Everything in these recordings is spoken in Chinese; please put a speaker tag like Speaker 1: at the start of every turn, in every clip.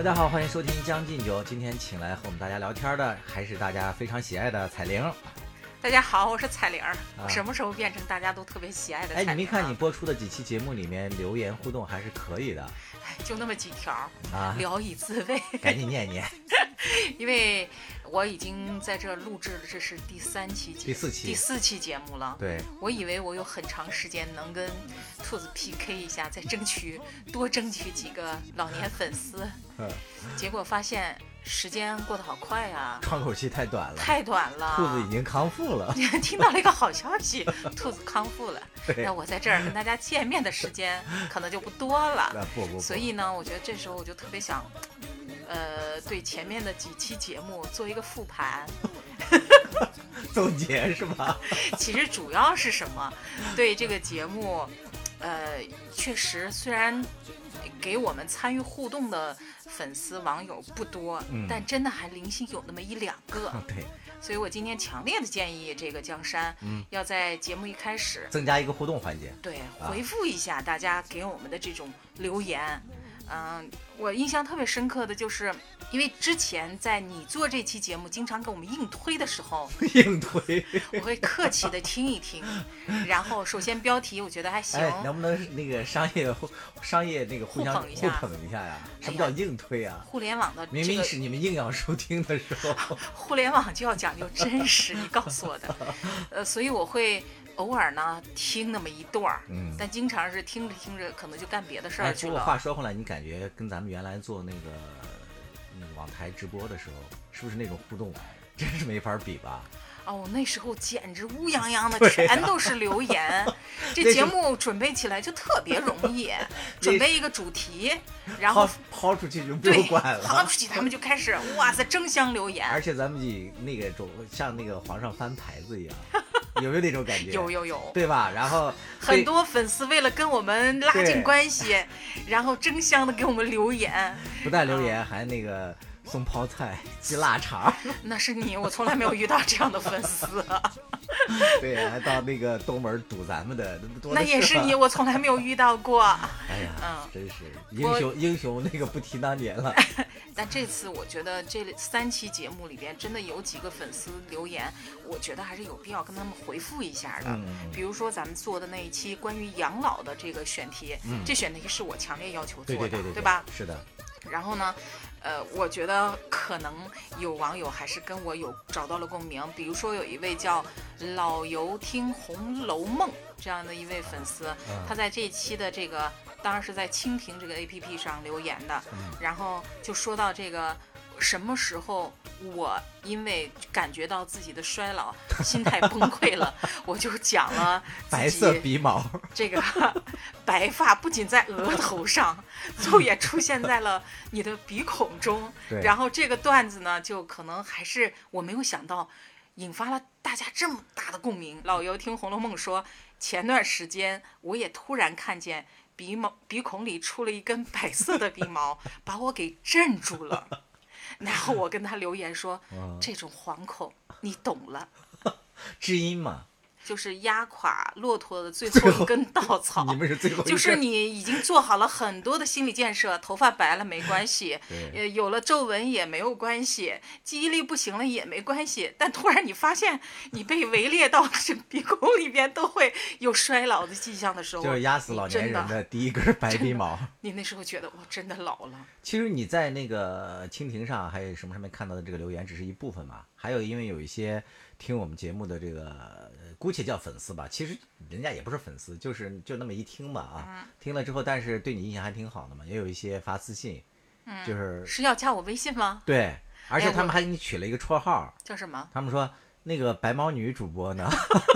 Speaker 1: 大家好，欢迎收听《将进酒》。今天请来和我们大家聊天的还是大家非常喜爱的彩玲。
Speaker 2: 大家好，我是彩玲。我什么时候变成大家都特别喜爱的彩玲？
Speaker 1: 你没看你播出的几期节目里面留言互动还是可以的，
Speaker 2: 就那么几条啊，聊以自慰。
Speaker 1: 赶紧念念。
Speaker 2: 因为我已经在这录制了，这是第四期节目了。
Speaker 1: 对，
Speaker 2: 我以为我有很长时间能跟兔子 PK 一下，再多争取几个老年粉丝。结果发现时间过得好快啊，
Speaker 1: 窗口期太短了。兔子已经康复了。
Speaker 2: 听到了一个好消息，兔子康复了。那我在这儿跟大家见面的时间可能就不多了。
Speaker 1: 不。
Speaker 2: 所以呢，我觉得这时候我就特别想，对前面的几期节目做一个复盘。
Speaker 1: 总结是吧？
Speaker 2: 其实主要是什么？对这个节目，确实虽然给我们参与互动的粉丝网友不多，但真的还零星有那么一两个。
Speaker 1: 对，
Speaker 2: 所以我今天强烈的建议这个江山，要在节目一开始
Speaker 1: 增加一个互动环节，
Speaker 2: 对，回复一下大家给我们的这种留言。我印象特别深刻的就是，因为之前在你做这期节目经常给我们硬推的时候，我会客气的听一听，然后首先标题我觉得还行，
Speaker 1: 能不能那个商业那个互相互捧一下呀？什么叫硬推啊？
Speaker 2: 互联网的
Speaker 1: 明明是你们硬要收听的时候，
Speaker 2: 互联网就要讲究真实，你告诉我的，所以我会偶尔呢听那么一段，但经常是听着听着可能就干别的事儿去了。
Speaker 1: 话说回来，你感觉跟咱们原来做那个网台直播的时候，是不是那种互动真是没法比吧？
Speaker 2: 哦，那时候简直乌泱泱的全都是留言，这节目准备起来就特别容易，准备一个主题，然后
Speaker 1: 抛出去就不用管了，
Speaker 2: 抛出去他们就开始哇塞争相留言，
Speaker 1: 而且咱们以那个像那个皇上翻牌子一样。有没有那种感觉？
Speaker 2: 有，
Speaker 1: 对吧？然后
Speaker 2: 很多粉丝为了跟我们拉近关系，然后争相的给我们留言，
Speaker 1: 不但留言，还那个送泡菜、寄腊肠。
Speaker 2: 那是你，我从来没有遇到这样的粉丝。
Speaker 1: 对，还到那个东门堵咱们的，
Speaker 2: 那也是你，我从来没有遇到过。
Speaker 1: 哎呀，真是英雄那个不提当年了。
Speaker 2: 但这次我觉得这3期节目里边真的有几个粉丝留言，我觉得还是有必要跟他们回复一下的。比如说咱们做的那一期关于养老的这个选题，这选题是我强烈要求做的，对吧？
Speaker 1: 是的。
Speaker 2: 然后呢，我觉得可能有网友还是跟我找到了共鸣，比如说有一位叫老游听《红楼梦》这样的一位粉丝，他在这一期的这个当然是在蜻蜓这个 APP 上留言的，然后就说到这个什么时候我因为感觉到自己的衰老心态崩溃了，我就讲了
Speaker 1: 白色鼻毛，
Speaker 2: 这个白发不仅在额头上，最后也出现在了你的鼻孔中。然后这个段子呢，就可能还是我没有想到引发了大家这么大的共鸣。老游听《红楼梦》说，前段时间我也突然看见鼻孔里出了一根白色的鼻毛，把我给镇住了。然后我跟他留言说，这种惶恐你懂了，
Speaker 1: 知音嘛，
Speaker 2: 就是压垮骆驼的最后一根稻草。
Speaker 1: 你们是最后一根，
Speaker 2: 就是你已经做好了很多的心理建设，头发白了没关系，有了皱纹也没有关系，记忆力不行了也没关系，但突然你发现你被围猎到鼻孔里边都会有衰老的迹象的时候，
Speaker 1: 就是压死老年人的第一根白鼻毛。
Speaker 2: 你那时候觉得我真的老了。
Speaker 1: 其实你在那个蜻蜓上还有什么上面看到的这个留言只是一部分嘛，还有因为有一些听我们节目的这个姑且叫粉丝吧，其实人家也不是粉丝，就那么一听吧啊，听了之后但是对你印象还挺好的嘛，也有一些发私信，
Speaker 2: 是要加我微信吗？
Speaker 1: 对，而且他们还给你取了一个绰号，
Speaker 2: 叫什么？
Speaker 1: 他们说那个白毛女主播呢？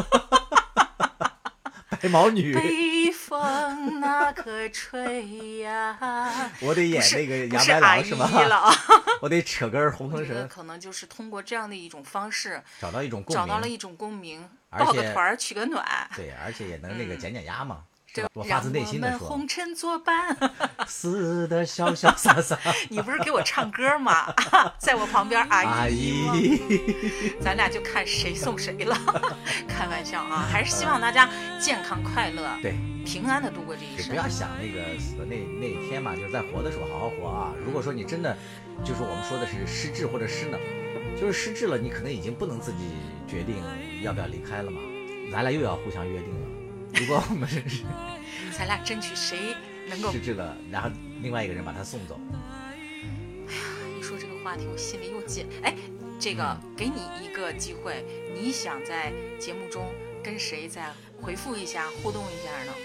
Speaker 1: 白毛女，
Speaker 2: 北风那可吹呀。
Speaker 1: 我得演那个杨白劳是吗？我得扯根红藤绳。
Speaker 2: 可能就是通过这样的一种方式
Speaker 1: 找到了一种共鸣，
Speaker 2: 报个团取个暖。
Speaker 1: 对，而且也能那个减压嘛。 是吧？我发自内心的说，
Speaker 2: 让我们红尘作伴，
Speaker 1: 死的潇潇洒洒。
Speaker 2: 你不是给我唱歌吗？在我旁边，阿姨，咱俩就看谁送谁了。开玩笑啊，还是希望大家健康快乐，
Speaker 1: 对，
Speaker 2: 平安的度过这一生。
Speaker 1: 不要想那个死的那一天嘛，就是在活的时候好好活啊。如果说你真的，就是我们说的是失智或者失能，就是失智了，你可能已经不能自己决定要不要离开了嘛。咱俩又要互相约定了，如果我们是
Speaker 2: 咱俩争取谁能够
Speaker 1: 失智了，然后另外一个人把他送走。
Speaker 2: 哎呀，一说这个话题，我心里又紧。哎，这个给你一个机会，你想在节目中跟谁再回复一下、互动一下呢？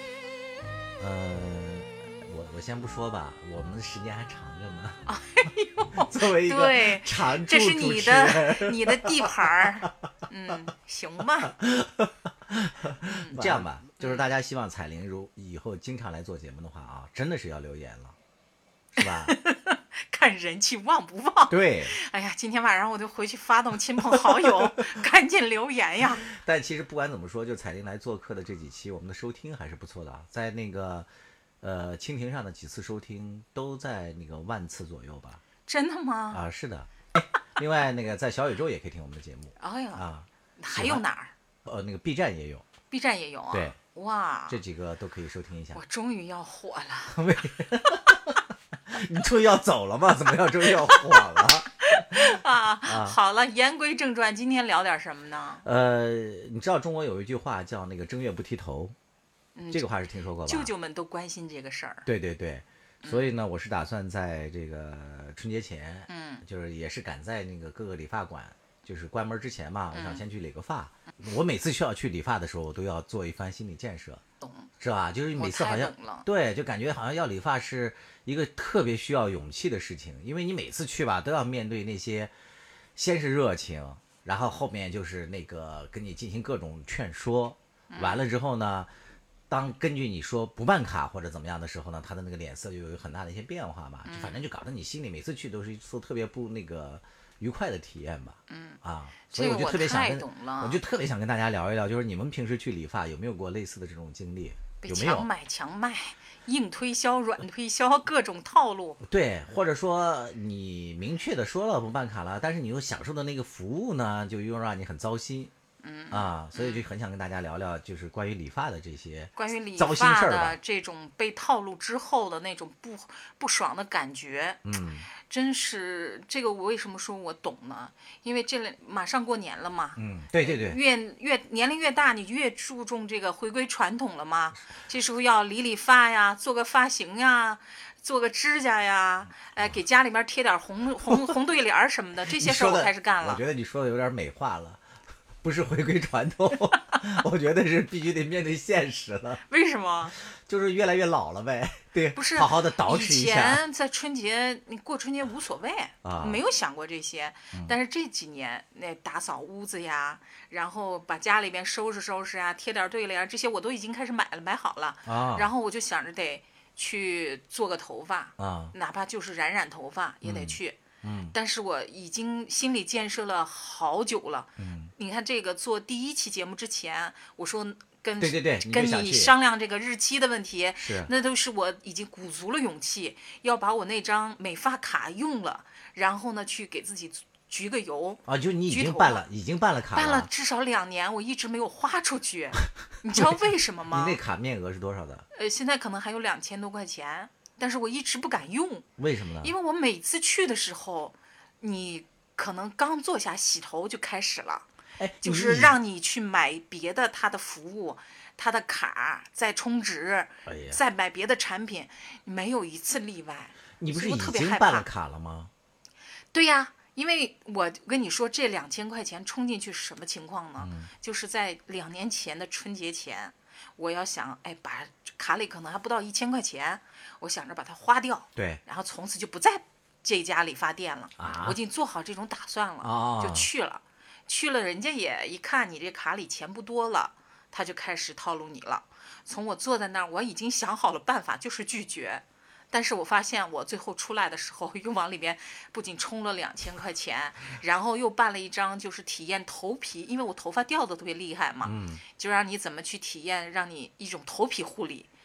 Speaker 1: 我先不说吧，我们的时间还长着呢。
Speaker 2: 哎呦，
Speaker 1: 作为一个常驻
Speaker 2: 这是
Speaker 1: 主持人
Speaker 2: 你的地盘儿。行吧。
Speaker 1: 这样吧，就是大家希望彩玲如以后经常来做节目的话啊，真的是要留言了，是吧？
Speaker 2: 看人气旺不旺。
Speaker 1: 对。
Speaker 2: 哎呀，今天晚上我就回去发动亲朋好友，赶紧留言呀。
Speaker 1: 但其实不管怎么说，就彩玲来做客的这几期，我们的收听还是不错的啊，在那个蜻蜓上的几次收听都在那个10000次左右吧。
Speaker 2: 真的吗？
Speaker 1: 啊，是的。另外那个在小宇宙也可以听我们的节目。
Speaker 2: 哎呀
Speaker 1: 啊，
Speaker 2: 还有哪儿？
Speaker 1: 那个 B 站也有。
Speaker 2: B 站也有啊。
Speaker 1: 对。
Speaker 2: 哇，
Speaker 1: 这几个都可以收听一下。
Speaker 2: 我终于要火了。
Speaker 1: 你终于要走了吗？怎么终于要火了？
Speaker 2: 好了，言归正传，今天聊点什么呢？
Speaker 1: 你知道中国有一句话叫那个正月不剃头，这个话是听说过吧？
Speaker 2: 舅舅们都关心这个事儿。
Speaker 1: 对对对，所以呢，我是打算在这个春节前，就是也是赶在那个各个理发馆就是关门之前嘛，我想先去理个发。我每次需要去理发的时候，我都要做一番心理建设，
Speaker 2: 懂
Speaker 1: 是吧？就是每次好像对，就感觉好像要理发是一个特别需要勇气的事情，因为你每次去吧都要面对那些，先是热情，然后后面就是那个跟你进行各种劝说，完了之后呢，当根据你说不办卡或者怎么样的时候呢，他的那个脸色就有很大的一些变化嘛，就反正就搞得你心里每次去都是一次特别不那个愉快的体验吧。所以我就特别想跟大家聊一聊，就是你们平时去理发有没有过类似的这种经历？有没有
Speaker 2: 强卖硬推销软推销各种套路？
Speaker 1: 对，或者说你明确的说了不办卡了，但是你又享受的那个服务呢，就又让你很糟心。所以就很想跟大家聊聊，就是关于理发的这些
Speaker 2: 关于理
Speaker 1: 糟心事儿
Speaker 2: 的这种被套路之后的那种不爽的感觉。真是这个，我为什么说我懂呢？因为马上过年了嘛。
Speaker 1: 对对对。
Speaker 2: 越年龄越大，你越注重这个回归传统了嘛。这时候要理发呀，做个发型呀，做个指甲呀，给家里面贴点红对联什么的，这些事儿我开始干了。
Speaker 1: 我觉得你说的有点美化了。不是回归传统，我觉得是必须得面对现实了。
Speaker 2: 为什么？
Speaker 1: 就是越来越老了呗。对，
Speaker 2: 不是
Speaker 1: 好好的捯饬一下。
Speaker 2: 以前在春节，你过春节无所谓没有想过这些。但是这几年，那打扫屋子呀，然后把家里边收拾收拾啊，贴点对联，这些我都已经开始买好了。然后我就想着得去做个头发哪怕就是染头发也得去。但是我已经心理建设了好久了。你看这个做第1期节目之前，我说跟你商量这个日期的问题，那都是我已经鼓足了勇气，要把我那张美发卡用了，然后呢去给自己焗个油
Speaker 1: 就你已经办了卡了，
Speaker 2: 办了至少2年，我一直没有花出去。你知道为什么吗？
Speaker 1: 你那卡面额是多少的？
Speaker 2: 现在可能还有2000多块钱。但是我一直不敢用。
Speaker 1: 为什么呢？
Speaker 2: 因为我每次去的时候，你可能刚坐下洗头就开始了，就是让你去买别的他的服务，他的卡再充值，再买别的产品，没有一次例外。
Speaker 1: 你不是已经办了卡了吗？
Speaker 2: 对呀，因为我跟你说，这2000块钱充进去是什么情况呢？就是在2年前的春节前。我要想，把卡里可能还不到1000块钱，我想着把它花掉，
Speaker 1: 对，
Speaker 2: 然后从此就不在这家理发店了。我已经做好这种打算了，就去了。去了，人家也一看你这卡里钱不多了，他就开始套路你了。从我坐在那儿，我已经想好了办法，就是拒绝。但是我发现我最后出来的时候，又往里面不仅充了2000块钱，然后又办了一张就是体验头皮，因为我头发掉的特别厉害嘛，就让你怎么去体验，让你一种头皮护理，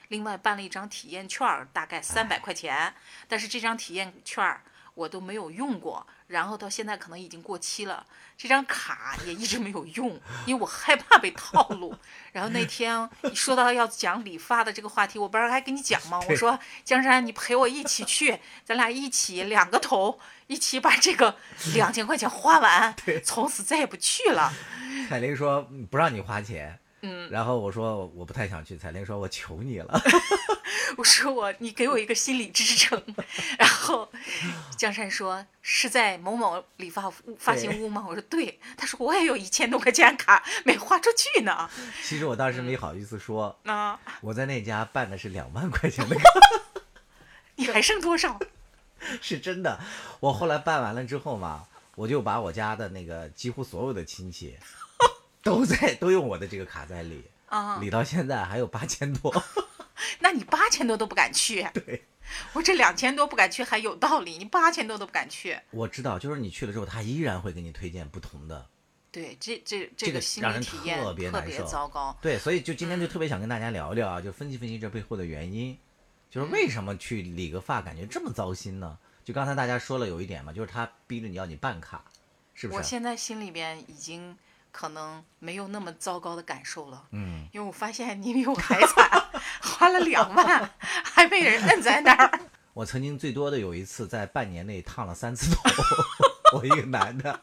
Speaker 2: 另外办了一张体验券儿，大概300块钱，但是这张体验券儿我都没有用过，然后到现在可能已经过期了，这张卡也一直没有用，因为我害怕被套路。然后那天一说到要讲理发的这个话题，我不是还跟你讲吗？我说江山，你陪我一起去，咱俩一起2个头一起把这个2000块钱花完，从此再也不去了。
Speaker 1: 彩玲说不让你花钱，然后我说我不太想去，彩玲说我求你了。
Speaker 2: 我说你给我一个心理支撑。然后江山说是在某某理发型屋吗？我说对。他说我也有1000多块钱卡没花出去呢。
Speaker 1: 其实我当时没好意思说，我在那家办的是2万块钱的卡。
Speaker 2: 你还剩多少？
Speaker 1: 是真的，我后来办完了之后嘛，我就把我家的那个几乎所有的亲戚都用我的这个卡在理，理到现在还有8000多。
Speaker 2: 那你8000多都不敢去？
Speaker 1: 对，
Speaker 2: 我这2000多不敢去还有道理，你8000多都不敢去。
Speaker 1: 我知道，就是你去了之后，他依然会给你推荐不同的。
Speaker 2: 对，这个心
Speaker 1: 让人
Speaker 2: 理体验
Speaker 1: 特别难受，
Speaker 2: 糟糕。
Speaker 1: 对，所以就今天就特别想跟大家聊一聊啊，就分析分析这背后的原因，就是为什么去理个发感觉这么糟心呢？就刚才大家说了有一点嘛，就是他逼着你要你办卡，是不是？
Speaker 2: 我现在心里边已经可能没有那么糟糕的感受了，因为我发现你比我还惨，花了2万，还被人摁在那儿。
Speaker 1: 我曾经最多的有一次在半年内烫了3次头，我一个男的，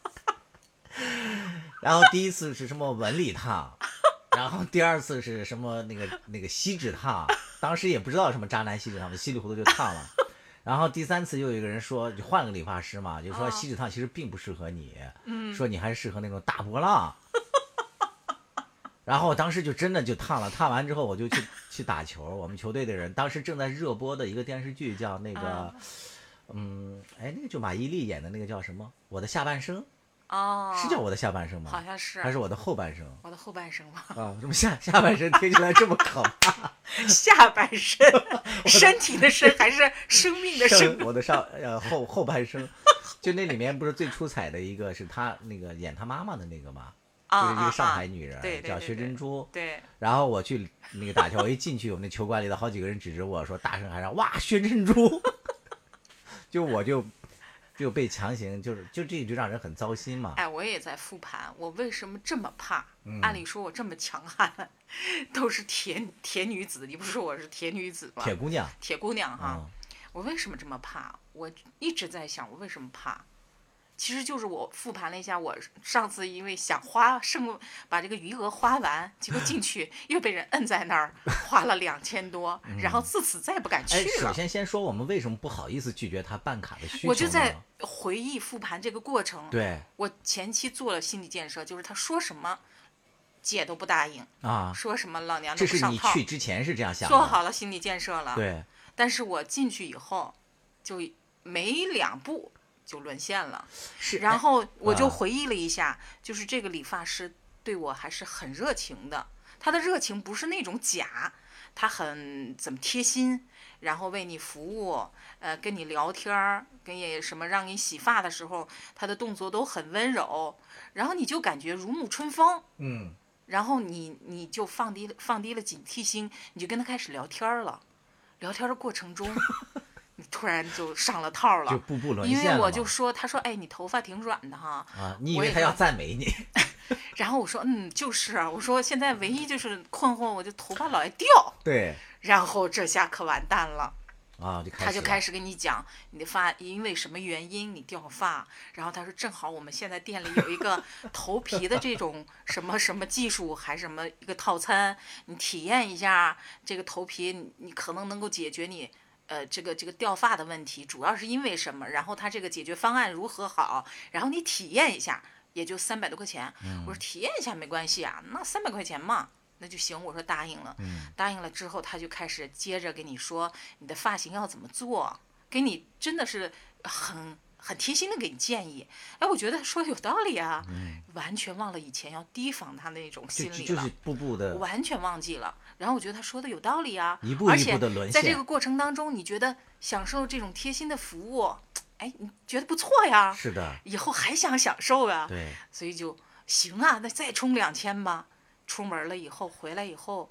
Speaker 1: 然后第一次是什么纹理烫，然后第2次是什么那个锡纸烫，当时也不知道什么渣男锡纸烫，稀里糊涂就烫了。然后第3次又有一个人说，就换了个理发师嘛，就说锡纸烫其实并不适合你，说你还是适合那种大波浪。然后当时就真的就烫了，烫完之后我就去打球，我们球队的人当时正在热播的一个电视剧叫那个，那个就马伊琍演的那个叫什么？我的下半生。是叫我的下半生吗？
Speaker 2: 好像是。
Speaker 1: 还是我的后半生？
Speaker 2: 我的后半生吧。
Speaker 1: 怎么下半身听起来这么可怕？
Speaker 2: 下半身，身体的身还是生命的生？
Speaker 1: 我的后半生，就那里面不是最出彩的一个是他那个演他妈妈的那个吗？就是一个上海女人，叫薛珍珠。
Speaker 2: 对。
Speaker 1: 然后我去那个打球，我一进去，我们那球馆里的好几个人指着我说，大声喊上：“哇，薛珍珠！”我就被强行，就这就让人很糟心嘛。
Speaker 2: 我也在复盘，我为什么这么怕？按理说我这么强悍，都是铁女子，你不是说我是铁女子吗？
Speaker 1: 铁姑娘。
Speaker 2: 铁姑娘哈，我为什么这么怕？我一直在想，我为什么怕？其实就是我复盘了一下，我上次因为想把这个余额花完，结果进去又被人摁在那儿，花了2000多，然后自此再也不敢去了。
Speaker 1: 首先说我们为什么不好意思拒绝他办卡的需求呢？
Speaker 2: 我就在回忆复盘这个过程。
Speaker 1: 对，
Speaker 2: 我前期做了心理建设，就是他说什么，姐都不答应
Speaker 1: 啊，
Speaker 2: 说什么老娘都不上套。
Speaker 1: 这是你去之前是这样想的，
Speaker 2: 做好了心理建设了。
Speaker 1: 对，
Speaker 2: 但是我进去以后，就没2步。就沦陷了，然后我就回忆了一下，就是这个理发师对我还是很热情的，他的热情不是那种假，他很怎么贴心，然后为你服务，跟你聊天，跟你什么让你洗发的时候，他的动作都很温柔，然后你就感觉如沐春风，然后你就放低了警惕心，你就跟他开始聊天了，聊天的过程中。你突然就上了套了，
Speaker 1: 就步步沦陷了。
Speaker 2: 因为我就说，他说，哎，你头发挺软的哈。
Speaker 1: 你以为他要赞美你？
Speaker 2: 然后我说，就是啊。我说现在唯一就是困惑，我就头发老爱掉。
Speaker 1: 对。
Speaker 2: 然后这下可完蛋了。他就开始跟你讲你的发因为什么原因你掉发，然后他说正好我们现在店里有一个头皮的这种什么什么技术，还什么一个套餐，你体验一下这个头皮，你可能能够解决你。这个掉发的问题主要是因为什么？然后他这个解决方案如何好？然后你体验一下，也就300多块钱。我说体验一下没关系啊，那300块钱嘛，那就行。我说答应了。答应了之后，他就开始接着跟你说你的发型要怎么做，给你真的是很贴心的给你建议。我觉得说有道理啊，完全忘了以前要提防他那种心理了，
Speaker 1: 就是步步的，
Speaker 2: 完全忘记了。然后我觉得他说的有道理啊，
Speaker 1: 一步一步的沦陷。
Speaker 2: 而且在这个过程当中，你觉得享受这种贴心的服务，你觉得不错呀？
Speaker 1: 是的，
Speaker 2: 以后还想享受呀？
Speaker 1: 对，
Speaker 2: 所以就行啊，那再充2000吧。出门了以后，回来以后，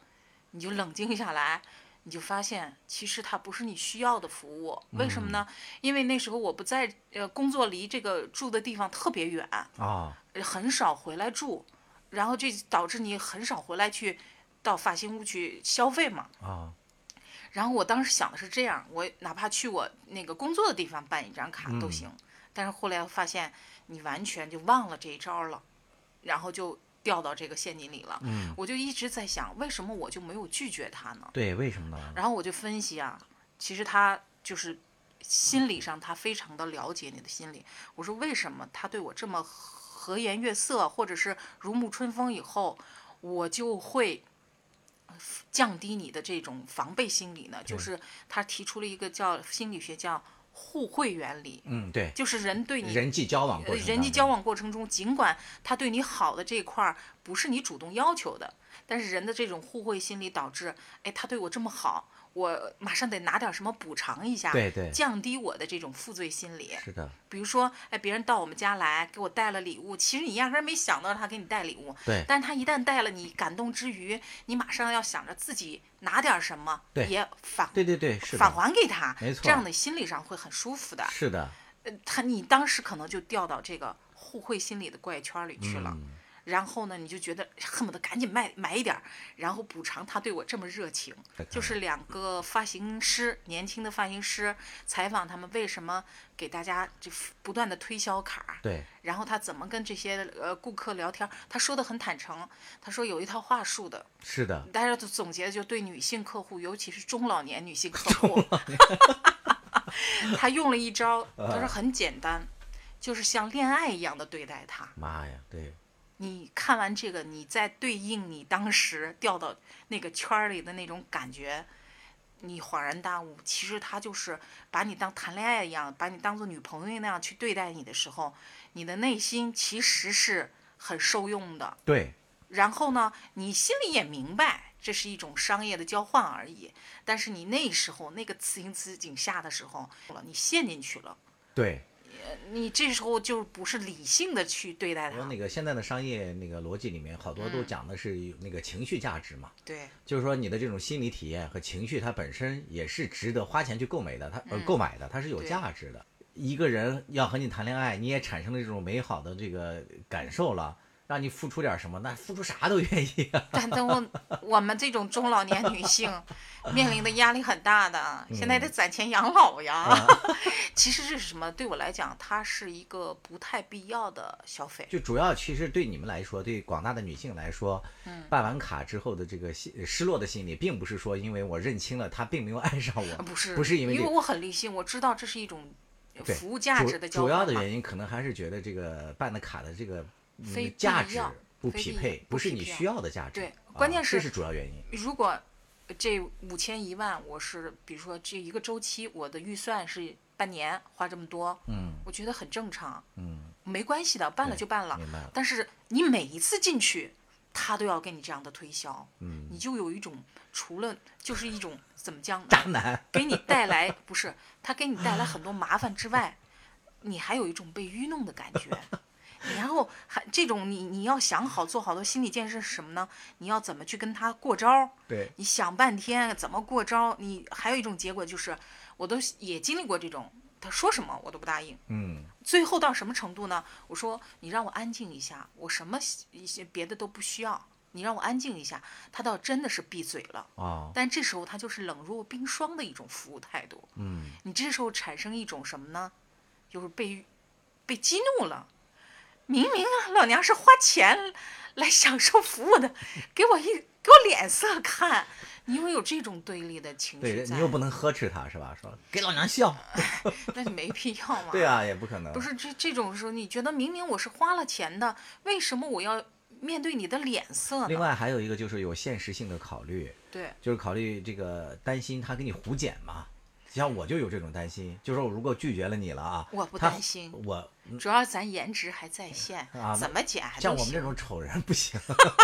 Speaker 2: 你就冷静下来，你就发现其实它不是你需要的服务。为什么呢？因为那时候我不在，工作离这个住的地方特别远
Speaker 1: 啊，
Speaker 2: 很少回来住，然后这导致你很少回来去到发型屋去消费嘛。
Speaker 1: 啊，
Speaker 2: 然后我当时想的是这样，我哪怕去我那个工作的地方办一张卡都行。但是后来发现你完全就忘了这一招了，然后就掉到这个陷阱里了。我就一直在想，为什么我就没有拒绝他呢？
Speaker 1: 对，为什么呢？
Speaker 2: 然后我就分析啊，其实他就是心理上他非常的了解你的心理。我说为什么他对我这么和颜悦色，或者是如沐春风以后，我就会降低你的这种防备心理呢？就是他提出了一个叫心理学叫互惠原理。
Speaker 1: 对，
Speaker 2: 就是人对你
Speaker 1: 人际交往
Speaker 2: 过程中，尽管他对你好的这一块不是你主动要求的，但是人的这种互惠心理导致，哎，他对我这么好，我马上得拿点什么补偿一下，
Speaker 1: 对对，
Speaker 2: 降低我的这种负罪心理。
Speaker 1: 是的，
Speaker 2: 比如说，哎，别人到我们家来给我带了礼物，其实你压根没想到他给你带礼物，
Speaker 1: 对，
Speaker 2: 但是他一旦带了，你感动之余，你马上要想着自己拿点什么，
Speaker 1: 对，
Speaker 2: 也
Speaker 1: 对，
Speaker 2: 返还给他，
Speaker 1: 没错，
Speaker 2: 这样的心理上会很舒服的。
Speaker 1: 是的，
Speaker 2: 你当时可能就掉到这个互惠心理的怪圈里去了。然后呢，你就觉得恨不得赶紧买一点，然后补偿他对我这么热情。就是两个发型师，年轻的发型师采访他们为什么给大家就不断的推销卡，
Speaker 1: 对，
Speaker 2: 然后他怎么跟这些顾客聊天，他说的很坦诚，他说有一套话术的，
Speaker 1: 是的，
Speaker 2: 大家总结就对女性客户，尤其是中老年女性客户，他用了一招，他说很简单，就是像恋爱一样的对待他。
Speaker 1: 妈呀，对。
Speaker 2: 你看完这个，你再对应你当时掉到那个圈里的那种感觉，你恍然大悟，其实他就是把你当谈恋爱一样，把你当做女朋友那样去对待你的时候，你的内心其实是很受用的。
Speaker 1: 对。
Speaker 2: 然后呢，你心里也明白这是一种商业的交换而已，但是你那时候那个此情此景下的时候，你陷进去了。
Speaker 1: 对。
Speaker 2: 你这时候就不是理性的去对待它。
Speaker 1: 那个现在的商业那个逻辑里面，好多都讲的是那个情绪价值嘛。
Speaker 2: 对。
Speaker 1: 就是说你的这种心理体验和情绪，它本身也是值得花钱去购买的，它是有价值的。一个人要和你谈恋爱，你也产生了这种美好的这个感受了。让你付出点什么，那付出啥都愿意啊。
Speaker 2: 但我们这种中老年女性面临的压力很大的，现在得攒钱养老呀。其实这是什么？对我来讲，它是一个不太必要的消费。
Speaker 1: 就主要其实对你们来说，对广大的女性来说，办完卡之后的这个失落的心理，并不是说因为我认清了他并没有爱上我，不是因为
Speaker 2: 我很理性，我知道这是一种服务价值的交换。
Speaker 1: 主要的原因可能还是觉得这个办的卡的这个价值不匹配，不是你需要的价值。
Speaker 2: 对，关键是
Speaker 1: 这是主要原因。
Speaker 2: 如果这5000、10000，我是比如说这一个周期，我的预算是半年花这么多，我觉得很正常，没关系的，办了就办了。但是你每一次进去，他都要给你这样的推销，你就有一种除了就是一种怎么讲呢？
Speaker 1: 渣男
Speaker 2: 给你带来不是他给你带来很多麻烦之外，你还有一种被愚弄的感觉。然后还这种你要想好做好的心理建设是什么呢？你要怎么去跟他过招？
Speaker 1: 对，
Speaker 2: 你想半天怎么过招？你还有一种结果就是，我都也经历过这种，他说什么我都不答应。最后到什么程度呢？我说你让我安静一下，我什么一些别的都不需要，你让我安静一下，他倒真的是闭嘴了。但这时候他就是冷若冰霜的一种服务态度。你这时候产生一种什么呢？就是被激怒了。明明老娘是花钱来享受服务的，给我脸色看，你会有这种对立的情绪在。
Speaker 1: 对，你又不能呵斥他，是吧？说给老娘笑，
Speaker 2: 那就没必要嘛。
Speaker 1: 对啊，也不可能。
Speaker 2: 不是这种时候，你觉得明明我是花了钱的，为什么我要面对你的脸色呢？
Speaker 1: 另外还有一个就是有现实性的考虑，
Speaker 2: 对，
Speaker 1: 就是考虑这个担心他给你胡剪嘛。像我就有这种担心，就说我如果拒绝了你了啊，
Speaker 2: 我不担心，主要咱颜值还在线，怎么剪还都行。
Speaker 1: 像我们这种丑人不行。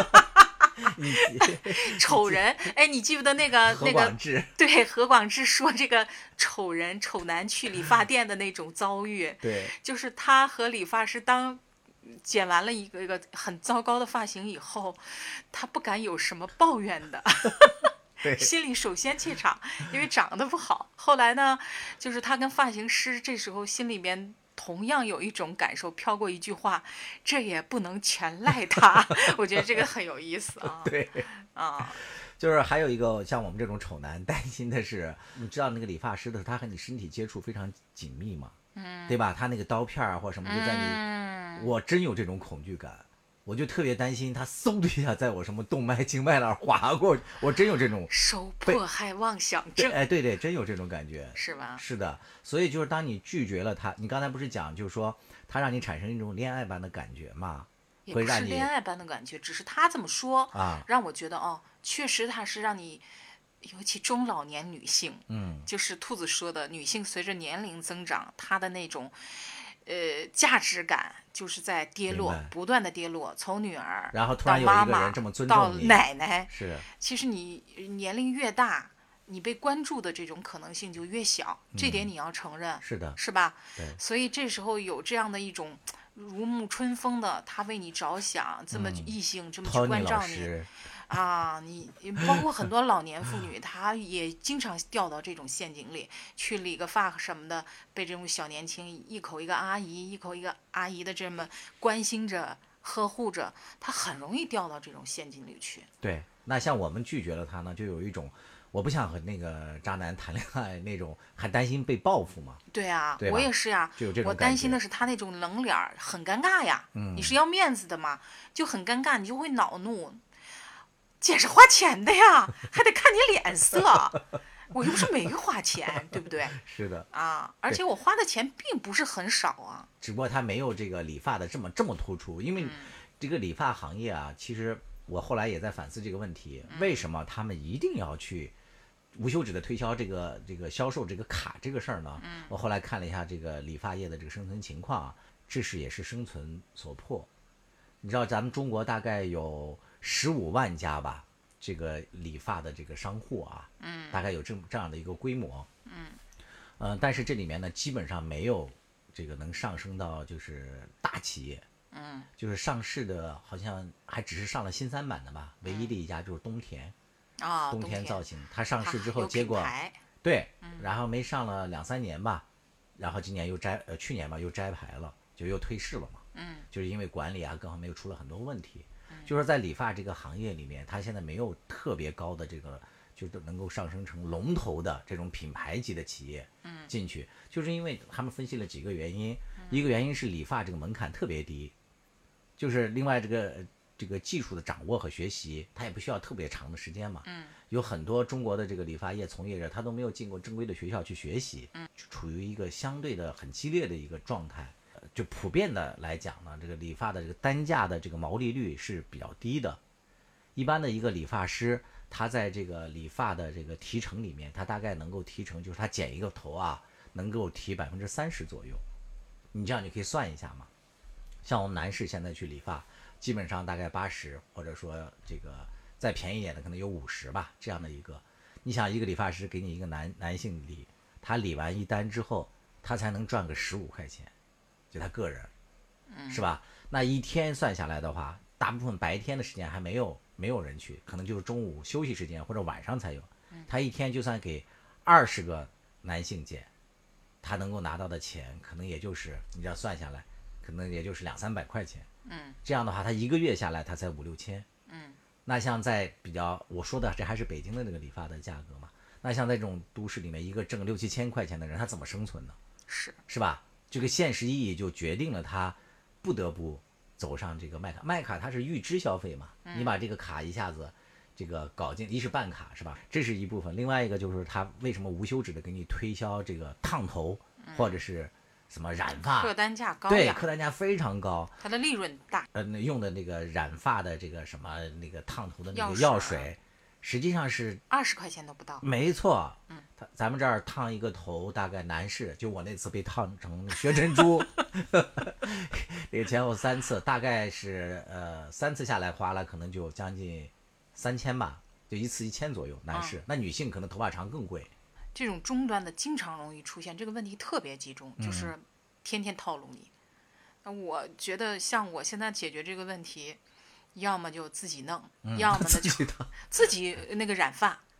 Speaker 2: 丑人，哎，你记不得那个对何广智说这个丑男去理发店的那种遭遇？
Speaker 1: 对，
Speaker 2: 就是他和理发师剪完了一个很糟糕的发型以后，他不敢有什么抱怨的。 心里首先怯场，因为长得不好。后来呢，就是他跟发型师这时候心里边同样有一种感受，飘过一句话，这也不能全赖他。我觉得这个很有意思啊。
Speaker 1: 对
Speaker 2: 啊，
Speaker 1: 就是还有一个像我们这种丑男担心的是，你知道那个理发师的他和你身体接触非常紧密嘛，对吧？他那个刀片啊或什么就在你，我真有这种恐惧感。我就特别担心他嗖的一下在我什么动脉静脉那儿划过，我真有这种
Speaker 2: 受迫害妄想症。
Speaker 1: 哎，对对，真有这种感觉，
Speaker 2: 是吧？
Speaker 1: 是的，所以就是当你拒绝了他，你刚才不是讲，就是说他让你产生一种恋爱般的感觉嘛，
Speaker 2: 也不
Speaker 1: 会让你
Speaker 2: 是恋爱般的感觉，只是他这么说
Speaker 1: 啊，
Speaker 2: 让我觉得哦，确实他是让你，尤其中老年女性，就是兔子说的，女性随着年龄增长，她的那种。价值感就是在跌落，不断的跌落，从女儿，
Speaker 1: 然后突然有一个人这么尊重你，
Speaker 2: 到奶奶，
Speaker 1: 是。
Speaker 2: 其实你年龄越大，你被关注的这种可能性就越小，这点你要承认，
Speaker 1: 是的，
Speaker 2: 是吧？
Speaker 1: 对。
Speaker 2: 所以这时候有这样的一种如沐春风的，他为你着想，这么异性这么去关照你。啊，你包括很多老年妇女，她也经常掉到这种陷阱里，去理个发什么的，被这种小年轻一口一个阿姨，一口一个阿姨的这么关心着、呵护着，她很容易掉到这种陷阱里去。
Speaker 1: 对，那像我们拒绝了他呢，就有一种我不想和那个渣男谈恋爱那种，还担心被报复嘛。
Speaker 2: 对啊，
Speaker 1: 对
Speaker 2: 我也是呀，
Speaker 1: 就有这种
Speaker 2: 我担心的是他那种冷脸儿，很尴尬呀。你是要面子的嘛，就很尴尬，你就会恼怒。姐是花钱的呀，还得看你脸色，我又不是没花钱，对不对？
Speaker 1: 是的
Speaker 2: 啊，而且我花的钱并不是很少啊。
Speaker 1: 只不过他没有这个理发的这么突出，因为这个理发行业啊，其实我后来也在反思这个问题，为什么他们一定要去无休止的推销这个销售这个卡这个事儿呢？我后来看了一下这个理发业的这个生存情况，这是也是生存所迫。你知道咱们中国大概有15万家吧，这个理发的这个商户啊，大概有这样的一个规模，但是这里面呢，基本上没有这个能上升到就是大企业，就是上市的，好像还只是上了新三板的吧，唯一的一家就是东田，东田造型，它上市之后，结果对，然后没上了2-3年吧，然后今年又去年吧又摘牌了，就又退市了嘛，就是因为管理啊各方面又出了很多问题。就是在理发这个行业里面，它现在没有特别高的这个，就是能够上升成龙头的这种品牌级的企业，进去，就是因为他们分析了几个原因，一个原因是理发这个门槛特别低，就是另外这个技术的掌握和学习，它也不需要特别长的时间嘛，有很多中国的这个理发业从业者，他都没有进过正规的学校去学习，处于一个相对的很激烈的一个状态。就普遍的来讲呢，这个理发的这个单价的这个毛利率是比较低的。一般的一个理发师，他在这个理发的这个提成里面，他大概能够提成，就是他剪一个头啊，能够提30%左右。你这样你可以算一下嘛。像我们男士现在去理发，基本上大概80，或者说这个再便宜一点的可能有50吧，这样的一个。你想一个理发师给你一个男性理，他理完一单之后，他才能赚个15块钱。就他个人，是吧？那一天算下来的话，大部分白天的时间还没有人去，可能就是中午休息时间或者晚上才有。他一天就算给20个男性剪，他能够拿到的钱可能也就是你这样算下来，可能也就是200-300块钱。这样的话，他一个月下来他才5-6千。那像在比较我说的这还是北京的那个理发的价格嘛？那像在这种都市里面，一个挣6-7千块钱的人，他怎么生存呢？是吧？这个现实意义就决定了他不得不走上这个麦卡。麦卡它是预支消费嘛，你把这个卡一下子这个搞进，一是办卡是吧？这是一部分。另外一个就是他为什么无休止的给你推销这个烫头，或者是什么染发，
Speaker 2: 客单价高呀，
Speaker 1: 对，客单价非常高，
Speaker 2: 它的利润大。
Speaker 1: 用的那个染发的这个什么那个烫头的那个药水，实际上是
Speaker 2: 20块钱都不到。
Speaker 1: 没错，咱们这儿烫一个头，大概男士，就我那次被烫成血珍珠，这个前后3次，大概是3次下来花了可能就将近3000吧，就一次1000左右，男士。那女性可能头发长更贵。
Speaker 2: 这种终端的经常容易出现，这个问题特别集中，就是天天套路你。我觉得像我现在解决这个问题，要么就自己弄，要么呢就自己那个染发，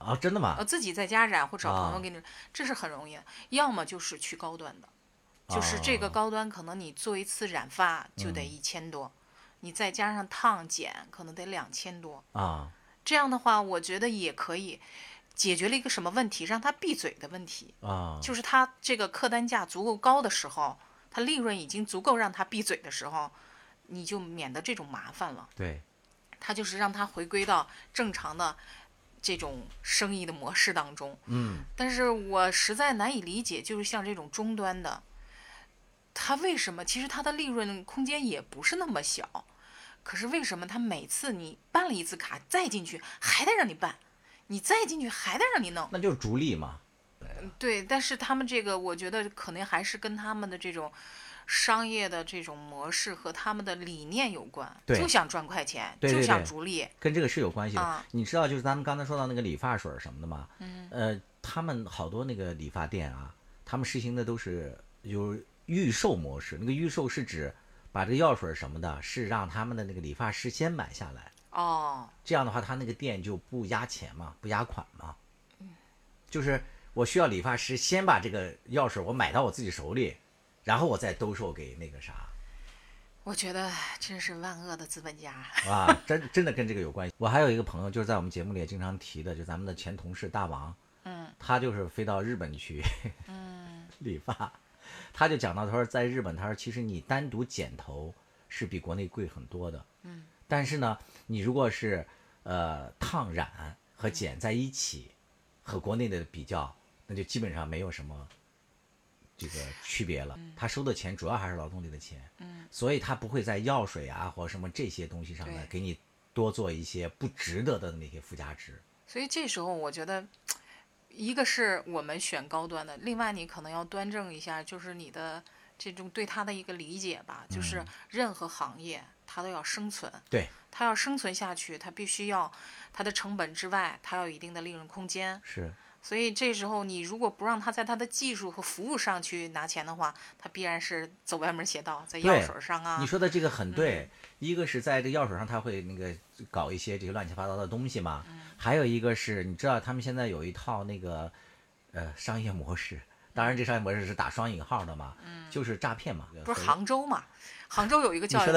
Speaker 1: 啊，真的吗？
Speaker 2: 自己在家染或找朋友给你，这是很容易的。要么就是去高端的，就是这个高端可能你做一次染发就得1000多，你再加上烫剪可能得2000多
Speaker 1: 啊。
Speaker 2: 这样的话，我觉得也可以解决了一个什么问题，让他闭嘴的问题
Speaker 1: 啊，
Speaker 2: 就是他这个客单价足够高的时候，他利润已经足够让他闭嘴的时候，你就免得这种麻烦了。
Speaker 1: 对，
Speaker 2: 他就是让他回归到正常的这种生意的模式当中。但是我实在难以理解，就是像这种终端的，他为什么其实他的利润空间也不是那么小，可是为什么他每次你办了一次卡再进去还得让你办，你再进去还得让你弄？
Speaker 1: 那就是逐利嘛。
Speaker 2: 对，但是他们这个我觉得可能还是跟他们的这种商业的这种模式和他们的理念有关，就想赚快钱，
Speaker 1: 对，
Speaker 2: 就想逐利，
Speaker 1: 跟这个是有关系的。你知道就是咱们刚才说到那个理发水什么的吗？他们好多那个理发店啊，他们实行的都是有预售模式。那个预售是指把这个药水什么的，是让他们的那个理发师先买下来。这样的话他那个店就不压钱嘛，不压款嘛。就是我需要理发师先把这个药水我买到我自己手里，然后我再兜售给那个啥。
Speaker 2: 我觉得真是万恶的资本家
Speaker 1: 啊，真的跟这个有关系。我还有一个朋友，就是在我们节目里也经常提的，就咱们的前同事大王，他就是飞到日本去，理发，他就讲到，他说在日本，他说其实你单独剪头是比国内贵很多的，但是呢，你如果是烫染和剪在一起，和国内的比较，那就基本上没有什么这个区别了。他收的钱主要还是劳动力的钱，所以他不会在药水啊或什么这些东西上呢给你多做一些不值得的那些附加值。
Speaker 2: 所以这时候我觉得，一个是我们选高端的，另外你可能要端正一下，就是你的这种对它的一个理解吧，就是任何行业它都要生存，
Speaker 1: 对，
Speaker 2: 它要生存下去，它必须要它的成本之外，它要有一定的利润空间。
Speaker 1: 是。
Speaker 2: 所以这时候你如果不让他在他的技术和服务上去拿钱的话，他必然是走歪门邪道，在药水上啊。
Speaker 1: 你说的这个很对，一个是在这药水上他会那个搞一些这个乱七八糟的东西嘛，还有一个是你知道他们现在有一套那个商业模式，当然这商业模式是打双引号的嘛，就是诈骗嘛。
Speaker 2: 不是杭州嘛？杭州有一个叫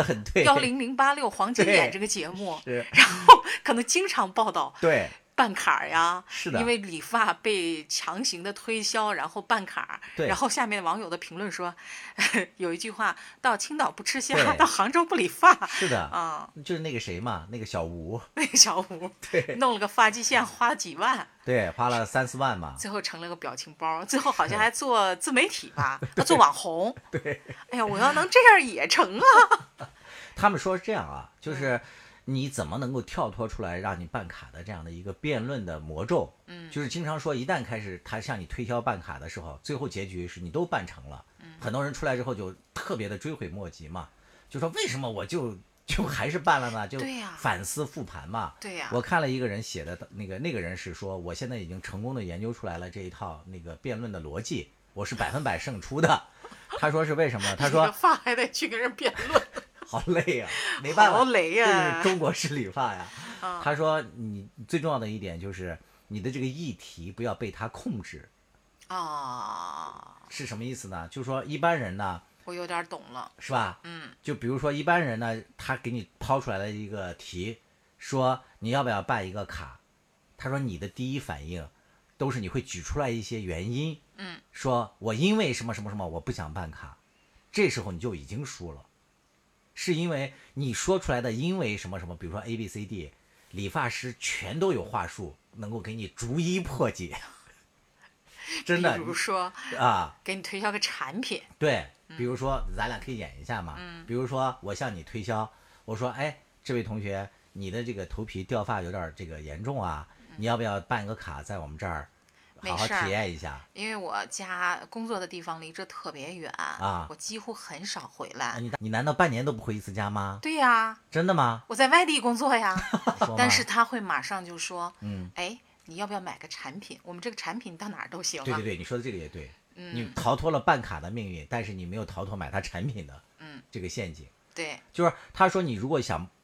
Speaker 1: 10086
Speaker 2: 黄金眼这个节目，
Speaker 1: 然
Speaker 2: 后可能经常报道。
Speaker 1: 对。
Speaker 2: 办卡呀，
Speaker 1: 是的，
Speaker 2: 因为理发被强行的推销，然后办卡，然后下面网友的评论说，有一句话，到青岛不吃虾，到杭州不理发。
Speaker 1: 是的啊，就是那个谁嘛，那个小吴，对，
Speaker 2: 弄了个发际线，花了几万，
Speaker 1: 对，花了3、4万嘛，
Speaker 2: 最后成了个表情包，最后好像还做自媒体吧，做网红。
Speaker 1: 对，
Speaker 2: 哎呀，我要能这样也成啊。
Speaker 1: 他们说是这样啊，就是。你怎么能够跳脱出来让你办卡的这样的一个辩论的魔咒？就是经常说一旦开始他向你推销办卡的时候，最后结局是你都办成了，很多人出来之后就特别的追悔莫及嘛，就说为什么我就还是办了呢？就反思复盘嘛。
Speaker 2: 对呀。
Speaker 1: 我看了一个人写的那个人是说，我现在已经成功的研究出来了这一套那个辩论的逻辑，我是100%胜出的。他说是为什么？他说
Speaker 2: 发还得去跟人辩论。
Speaker 1: 好累呀，没办法，
Speaker 2: 好累呀，
Speaker 1: 这是中国式理发呀。他说你最重要的一点就是你的这个议题不要被他控制。是什么意思呢？就是说一般人呢，
Speaker 2: 我有点懂了，
Speaker 1: 是吧？就比如说一般人呢，他给你抛出来的一个题，说你要不要办一个卡？他说你的第一反应都是你会举出来一些原因，说我因为什么什么什么我不想办卡，这时候你就已经输了。是因为你说出来的因为什么什么，比如说 ABCD， 理发师全都有话术能够给你逐一破解。真的，
Speaker 2: 比如说
Speaker 1: 啊，
Speaker 2: 给你推销个产品。
Speaker 1: 对，比如说咱俩可以演一下嘛。比如说我向你推销，我说哎，这位同学，你的这个头皮掉发有点这个严重啊，你要不要办个卡在我们这儿？好好体验一下，
Speaker 2: 因为我家工作的地方离这特别远啊，我几乎很少回来。
Speaker 1: 你难道半年都不回一次家吗？
Speaker 2: 对呀。
Speaker 1: 真的吗？
Speaker 2: 我在外地工作呀。但是他会马上就说，哎，你要不要买个产品？我们这个产品到哪儿都行啊。
Speaker 1: 对对对，你说的这个也对。你逃脱了办卡的命运，但是你没有逃脱买他产品的这个陷阱。
Speaker 2: 对，
Speaker 1: 就是他说你如果想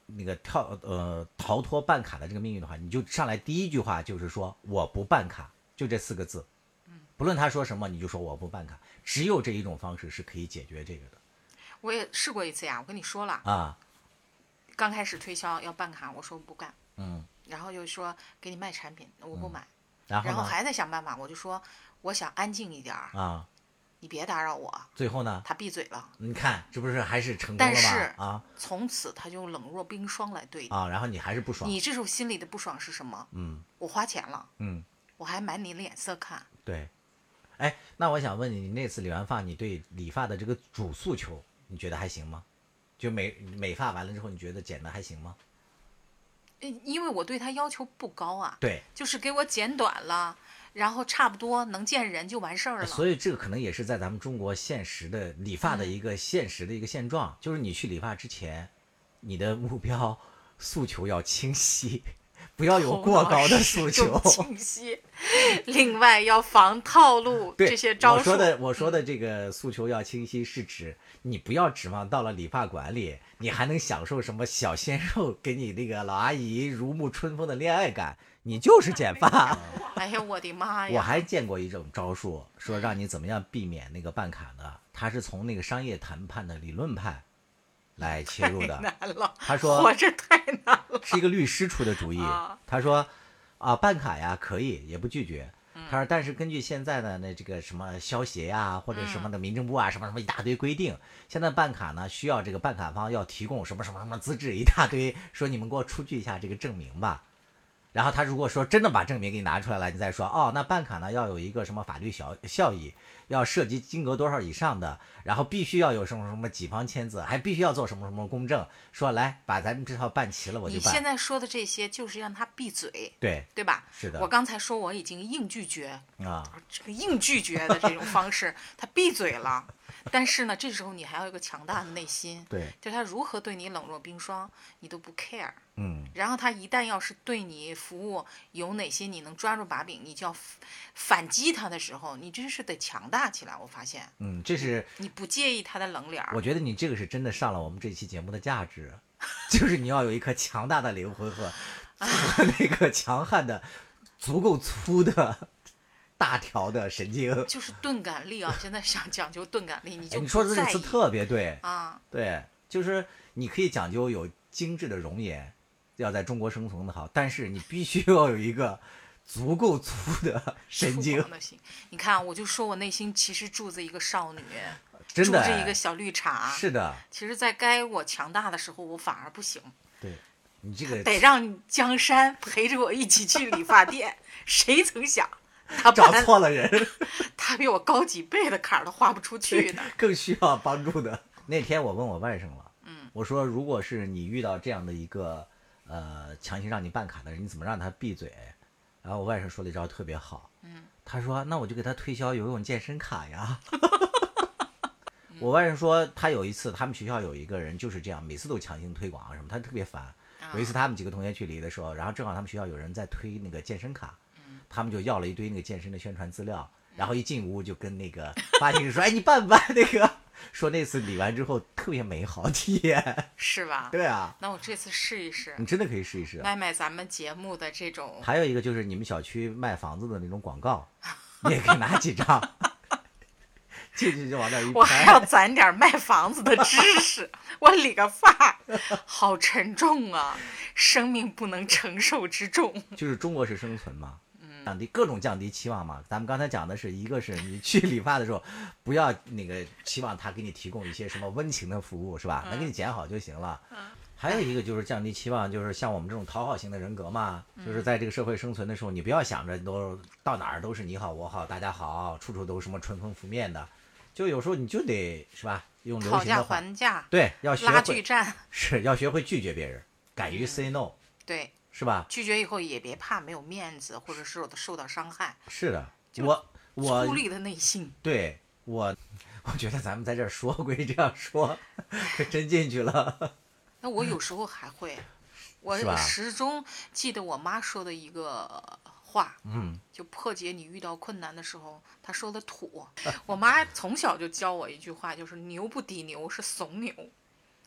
Speaker 1: 那个逃脱办卡的这个命运的话，你就上来第一句话就是说我不办卡，就这4个字。不论他说什么，你就说我不办卡，只有这一种方式是可以解决这个的。
Speaker 2: 我也试过一次呀，我跟你说了
Speaker 1: 啊，
Speaker 2: 刚开始推销要办卡，我说不干，
Speaker 1: 嗯，
Speaker 2: 然后又说给你卖产品，我不买，
Speaker 1: 然后
Speaker 2: 还在想办法，我就说我想安静一点
Speaker 1: 啊，
Speaker 2: 你别打扰我。
Speaker 1: 最后呢，
Speaker 2: 他闭嘴了。
Speaker 1: 你看这不是还是成功了吗？
Speaker 2: 但是
Speaker 1: 啊，
Speaker 2: 从此他就冷若冰霜来对你
Speaker 1: 啊，然后你还是不爽。
Speaker 2: 你这时候心里的不爽是什么？我花钱了，我还买你脸色看。
Speaker 1: 对。哎，那我想问你，你那次理完发，你对理发的这个主诉求，你觉得还行吗？就美发完了之后，你觉得剪的还行吗？
Speaker 2: 因为我对他要求不高啊，
Speaker 1: 对，
Speaker 2: 就是给我剪短了，然后差不多能见人就完事儿了。
Speaker 1: 所以这个可能也是在咱们中国现实的理发的一个现实的一个现状，就是你去理发之前，你的目标诉求要清晰。不要有过高的诉求，
Speaker 2: 清晰。另外要防套路，这些招数。
Speaker 1: 我说的这个诉求要清晰，是指你不要指望到了理发馆里，你还能享受什么小鲜肉给你那个老阿姨如沐春风的恋爱感，你就是剪发。
Speaker 2: 哎呀，我的妈呀！
Speaker 1: 我还见过一种招数，说让你怎么样避免那个办卡的，他是从那个商业谈判的理论派来切入的。
Speaker 2: 太难了，
Speaker 1: 他说
Speaker 2: 我这太难了，
Speaker 1: 是一个律师出的主意。他说办卡呀可以，也不拒绝。他说但是根据现在的那这个什么消协呀，或者什么的民政部啊，什么什么一大堆规定，现在办卡呢需要这个办卡方要提供什么什么什么资质一大堆，说你们给我出具一下这个证明吧。然后他如果说真的把证明给你拿出来了，你再说那办卡呢要有一个什么法律效益，要涉及金额多少以上的，然后必须要有什么什么几方签字，还必须要做什么什么公证，说来把咱们这套办齐了我就办。
Speaker 2: 你现在说的这些就是让他闭嘴，
Speaker 1: 对
Speaker 2: 吧？
Speaker 1: 是的。
Speaker 2: 我刚才说我已经硬拒绝
Speaker 1: 这
Speaker 2: 个硬拒绝的这种方式，他闭嘴了。但是呢，这时候你还要有一个强大的内心，
Speaker 1: 对，
Speaker 2: 就他如何对你冷若冰霜，你都不 care。
Speaker 1: 然
Speaker 2: 后他一旦要是对你服务有哪些你能抓住把柄，你就要反击他的时候，你真是得强大起来。我发现，
Speaker 1: 这是
Speaker 2: 你不介意他的冷脸。
Speaker 1: 我觉得你这个是真的上了我们这期节目的价值，就是你要有一颗强大的灵魂和那个强悍的、足够粗的。大条的神经
Speaker 2: 就是钝感力啊！现在想讲究钝感力，你
Speaker 1: 说的这个词特别对
Speaker 2: 啊，
Speaker 1: 对，就是你可以讲究有精致的容颜，要在中国生存的好，但是你必须要有一个足够粗的神经。
Speaker 2: 你看，我就说我内心其实住着一个少女，
Speaker 1: 真的
Speaker 2: 住着一个小绿茶。
Speaker 1: 是的，
Speaker 2: 其实，在该我强大的时候，我反而不行。
Speaker 1: 对，你这个
Speaker 2: 得让江山陪着我一起去理发店。谁曾想？他
Speaker 1: 找错了人，
Speaker 2: 他比我高几倍的坎儿都跨不出去呢，
Speaker 1: 更需要帮助的。那天我问我外甥了，我说如果是你遇到这样的一个强行让你办卡的人，你怎么让他闭嘴？然后我外甥说了一招特别好，他说那我就给他推销游泳健身卡呀。我外甥说他有一次他们学校有一个人就是这样，每次都强行推广什么，他特别烦。有一次他们几个同学去理的时候，然后正好他们学校有人在推那个健身卡。他们就要了一堆那个健身的宣传资料，然后一进屋就跟那个发型师说：“哎，你办不办那个？”说那次理完之后特别美好体验，
Speaker 2: 是吧？
Speaker 1: 对啊。
Speaker 2: 那我这次试一试。
Speaker 1: 你真的可以试一试，
Speaker 2: 卖咱们节目的这种。
Speaker 1: 还有一个就是你们小区卖房子的那种广告，你也可以拿几张，进去就往那一拍。
Speaker 2: 我还要攒点卖房子的知识。我理个发，好沉重啊！生命不能承受之重。
Speaker 1: 就是中国式生存嘛。降低期望嘛。咱们刚才讲的是，一个是你去理发的时候，不要那个期望他给你提供一些什么温情的服务，是吧？能给你剪好就行了。还有一个就是降低期望，就是像我们这种讨好型的人格嘛，就是在这个社会生存的时候，你不要想着都到哪儿都是你好我好大家好，处处都是什么春风拂面的，就有时候你就得是吧？用流行的话，
Speaker 2: 讨价还价，
Speaker 1: 对，要学会
Speaker 2: 拉锯战，
Speaker 1: 是要学会拒绝别人，敢于 say no，
Speaker 2: 对。
Speaker 1: 是吧？
Speaker 2: 拒绝以后也别怕没有面子，或者是受到伤害。
Speaker 1: 是的，
Speaker 2: 我粗粝的内心。
Speaker 1: 对我觉得咱们在这儿说归这样说，可真进去了。
Speaker 2: 那我有时候还会，我始终记得我妈说的一个话，就破解你遇到困难的时候，她说的土。我妈从小就教我一句话，就是牛不抵牛是怂牛。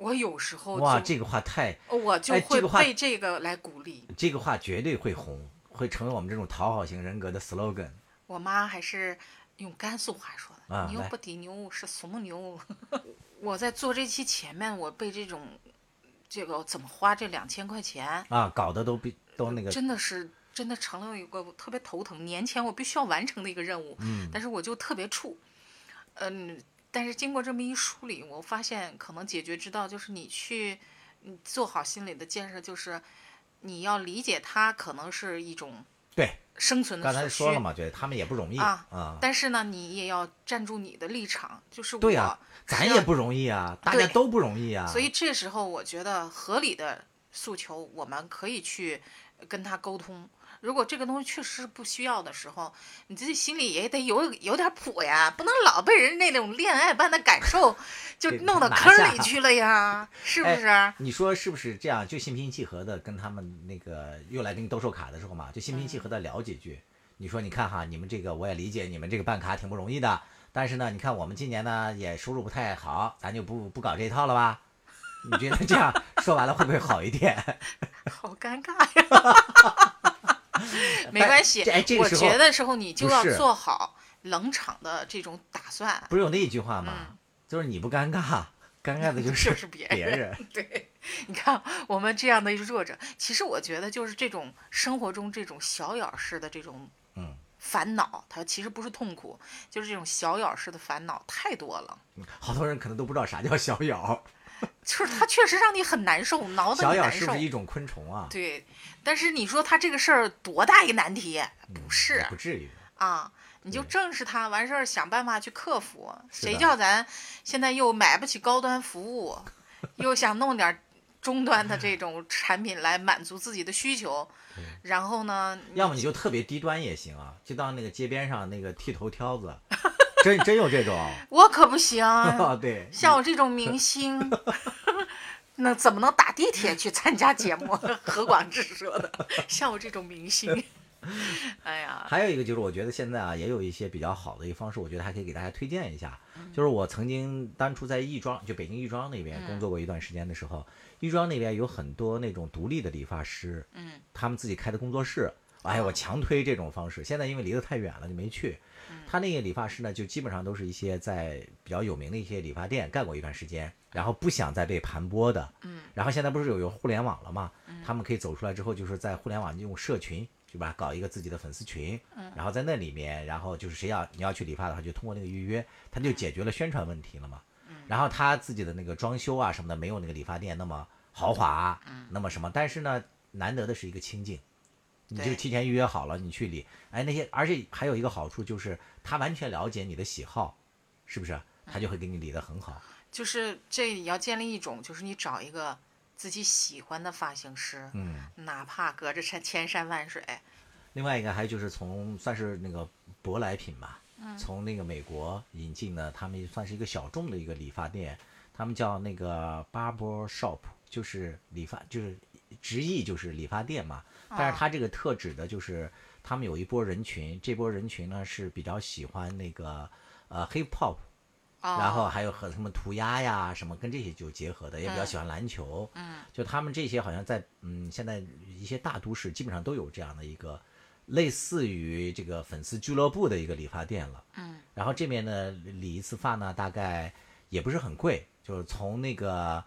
Speaker 2: 我有时候
Speaker 1: 哇，这个话太，
Speaker 2: 我就会被这个来鼓励。
Speaker 1: 这个话绝对会红，会成为我们这种讨好型人格的 slogan。
Speaker 2: 我妈还是用甘肃话说的，
Speaker 1: 啊、
Speaker 2: 牛不抵牛是什么牛？我在做这期前面，我被这个怎么花这2000块钱
Speaker 1: 啊，搞得都那个，
Speaker 2: 真的成了一个特别头疼，年前我必须要完成的一个任务。但是我就特别怵，但是经过这么一梳理，我发现可能解决之道就是你做好心理的建设，就是你要理解它可能是一种
Speaker 1: 对
Speaker 2: 生存的
Speaker 1: 刚才说了嘛，觉得他们也不容易啊。
Speaker 2: 但是呢，你也要站住你的立场，就是
Speaker 1: 对呀，咱也不容易啊，大家都不容易啊。
Speaker 2: 所以这时候我觉得合理的诉求，我们可以去跟他沟通。如果这个东西确实是不需要的时候，你自己心里也得有点谱呀，不能老被人那种恋爱般的感受就弄到坑里去了呀，是不是？
Speaker 1: 你说是不是这样？就心平气和的跟他们那个又来给你兜售卡的时候嘛，就心平气和的聊几句。你说你看哈，你们这个我也理解，你们这个办卡挺不容易的，但是呢，你看我们今年呢也收入不太好，咱就不搞这一套了吧？你觉得这样说完了会不会好一点？
Speaker 2: 好尴尬呀！没关系，我觉得时候你就要做好冷场的这种打算。
Speaker 1: 不是有那一句话吗？就是你不尴尬，尴尬的就是
Speaker 2: 别
Speaker 1: 人。
Speaker 2: 对，你看我们这样的弱者，其实我觉得就是这种生活中这种小咬式的这种烦恼，它其实不是痛苦，就是这种小咬式的烦恼太多了。
Speaker 1: 好多人可能都不知道啥叫小咬。
Speaker 2: 就是它确实让你很难受，挠得你难受。
Speaker 1: 小咬是不是一种昆虫啊？
Speaker 2: 对，但是你说它这个事儿多大一个难题？不是，
Speaker 1: 不至于
Speaker 2: 啊。你就正视它，完事儿想办法去克服。谁叫咱现在又买不起高端服务，又想弄点中端的这种产品来满足自己的需求，然后呢？
Speaker 1: 要么你就特别低端也行啊，就到那个街边上那个剃头挑子。真有这种，
Speaker 2: 我可不行。
Speaker 1: 对，
Speaker 2: 像我这种明星，那怎么能打地铁去参加节目？何广智说的，像我这种明星，哎呀。
Speaker 1: 还有一个就是，我觉得现在啊，也有一些比较好的一个方式，我觉得还可以给大家推荐一下。就是我曾经当初在亦庄，就北京亦庄那边工作过一段时间的时候，亦庄那边有很多那种独立的理发师，他们自己开的工作室。哎，我强推这种方式。现在因为离得太远了，就没去。他那个理发师呢，就基本上都是一些在比较有名的一些理发店干过一段时间，然后不想再被盘剥的。然后现在不是有互联网了嘛？他们可以走出来之后，就是在互联网用社群，对吧？搞一个自己的粉丝群，然后在那里面，然后就是你要去理发的话，就通过那个预约，他就解决了宣传问题了嘛。然后他自己的那个装修啊什么的，没有那个理发店那么豪华，那么什么，但是呢，难得的是一个清静。你就提前预约好了，你去理，哎，那些，而且还有一个好处就是他完全了解你的喜好，是不是？他就会给你理得很好。
Speaker 2: 就是这你要建立一种，就是你找一个自己喜欢的发型师，哪怕隔着千山万水。
Speaker 1: 另外一个还就是算是那个舶来品吧，从那个美国引进的，他们算是一个小众的一个理发店，他们叫那个 barber shop， 就是理发，就是直译就是理发店嘛。但是它这个特指的就是他们有一波人群，这波人群呢是比较喜欢那个hip hop，然后还有和什么涂鸦呀什么跟这些就结合的，也比较喜欢篮球。就他们这些好像在现在一些大都市基本上都有这样的一个类似于这个粉丝俱乐部的一个理发店了。然后这边呢理一次发呢大概也不是很贵，就是从那个